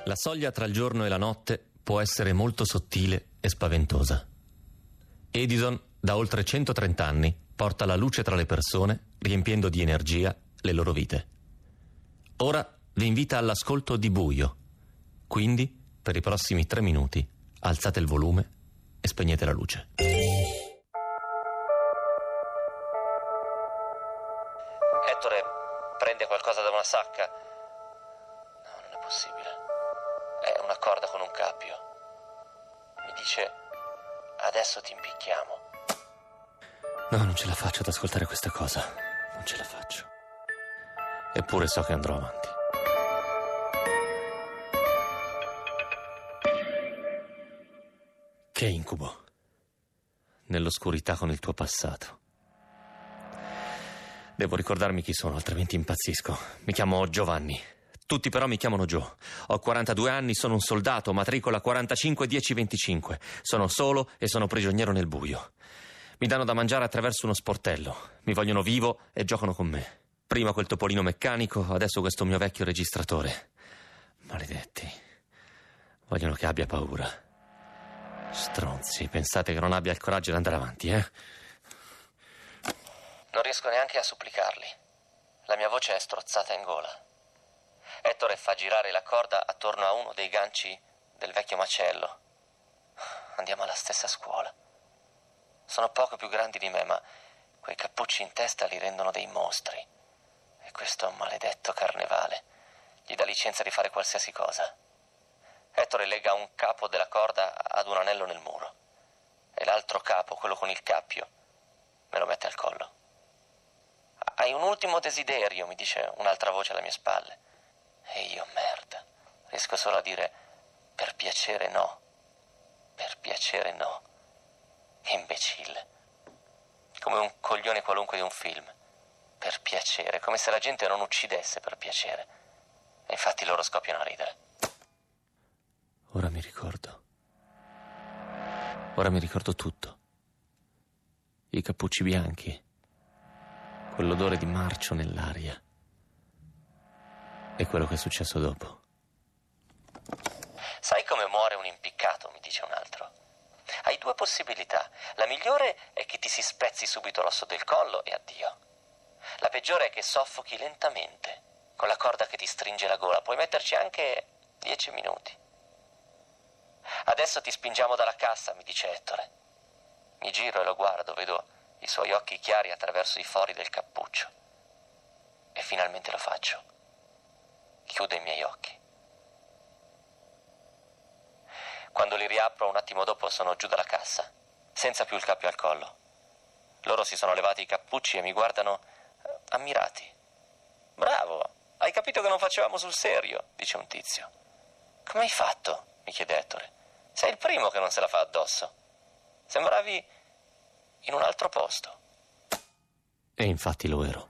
La soglia tra il giorno e la notte può essere molto sottile e spaventosa. Edison, da oltre 130 anni, porta la luce tra le persone, riempiendo di energia le loro vite. Ora vi invita all'ascolto di Buio. Quindi, per i prossimi 3 minuti, alzate il volume e spegnete la luce. Ettore prende qualcosa da una sacca. No, non è possibile. È una corda con un cappio. Mi dice: adesso ti impicchiamo. No, non ce la faccio ad ascoltare questa cosa. Non ce la faccio. Eppure so che andrò avanti. Che incubo. Nell'oscurità con il tuo passato. Devo ricordarmi chi sono, altrimenti impazzisco. Mi chiamo Giovanni. Tutti però mi chiamano Joe. Ho 42 anni, sono un soldato, matricola 451025. Sono solo e sono prigioniero nel buio. Mi danno da mangiare attraverso uno sportello. Mi vogliono vivo e giocano con me. Prima quel topolino meccanico, adesso questo mio vecchio registratore. Maledetti. Vogliono che abbia paura. Stronzi, pensate che non abbia il coraggio di andare avanti, eh? Non riesco neanche a supplicarli. La mia voce è strozzata in gola. Ettore fa girare la corda attorno a uno dei ganci del vecchio macello. Andiamo alla stessa scuola. Sono poco più grandi di me, ma quei cappucci in testa li rendono dei mostri. E questo maledetto carnevale gli dà licenza di fare qualsiasi cosa. Ettore lega un capo della corda ad un anello nel muro e l'altro capo, quello con il cappio, me lo mette al collo. Hai un ultimo desiderio, mi dice un'altra voce alle mie spalle. E io, merda, riesco solo a dire: per piacere no, per piacere no. Che imbecille. Come un coglione qualunque di un film. Per piacere, come se la gente non uccidesse per piacere. E infatti loro scoppiano a ridere. Ora mi ricordo. Ora mi ricordo tutto. I cappucci bianchi. Quell'odore di marcio nell'aria. E quello che è successo dopo. Sai come muore un impiccato, mi dice un altro. Hai 2 possibilità. La migliore è che ti si spezzi subito l'osso del collo e addio. La peggiore è che soffochi lentamente, con la corda che ti stringe la gola. Puoi metterci anche 10 minuti. Adesso ti spingiamo dalla cassa, mi dice Ettore. Mi giro e lo guardo, vedo i suoi occhi chiari attraverso i fori del cappuccio. E finalmente lo faccio. Chiudo i miei occhi. Quando li riapro un attimo dopo sono giù dalla cassa, senza più il cappio al collo. Loro si sono levati i cappucci e mi guardano ammirati. Bravo, hai capito che non facevamo sul serio, dice un tizio. Come hai fatto? Mi chiede Ettore. Sei il primo che non se la fa addosso. Sembravi in un altro posto. E infatti lo ero.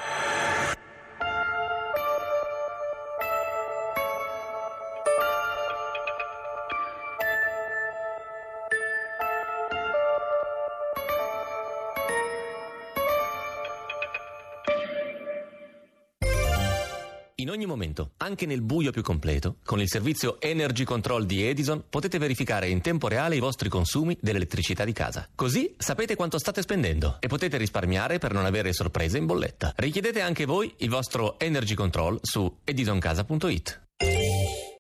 In ogni momento, anche nel buio più completo, con il servizio Energy Control di Edison potete verificare in tempo reale i vostri consumi dell'elettricità di casa. Così sapete quanto state spendendo e potete risparmiare per non avere sorprese in bolletta. Richiedete anche voi il vostro Energy Control su edisoncasa.it.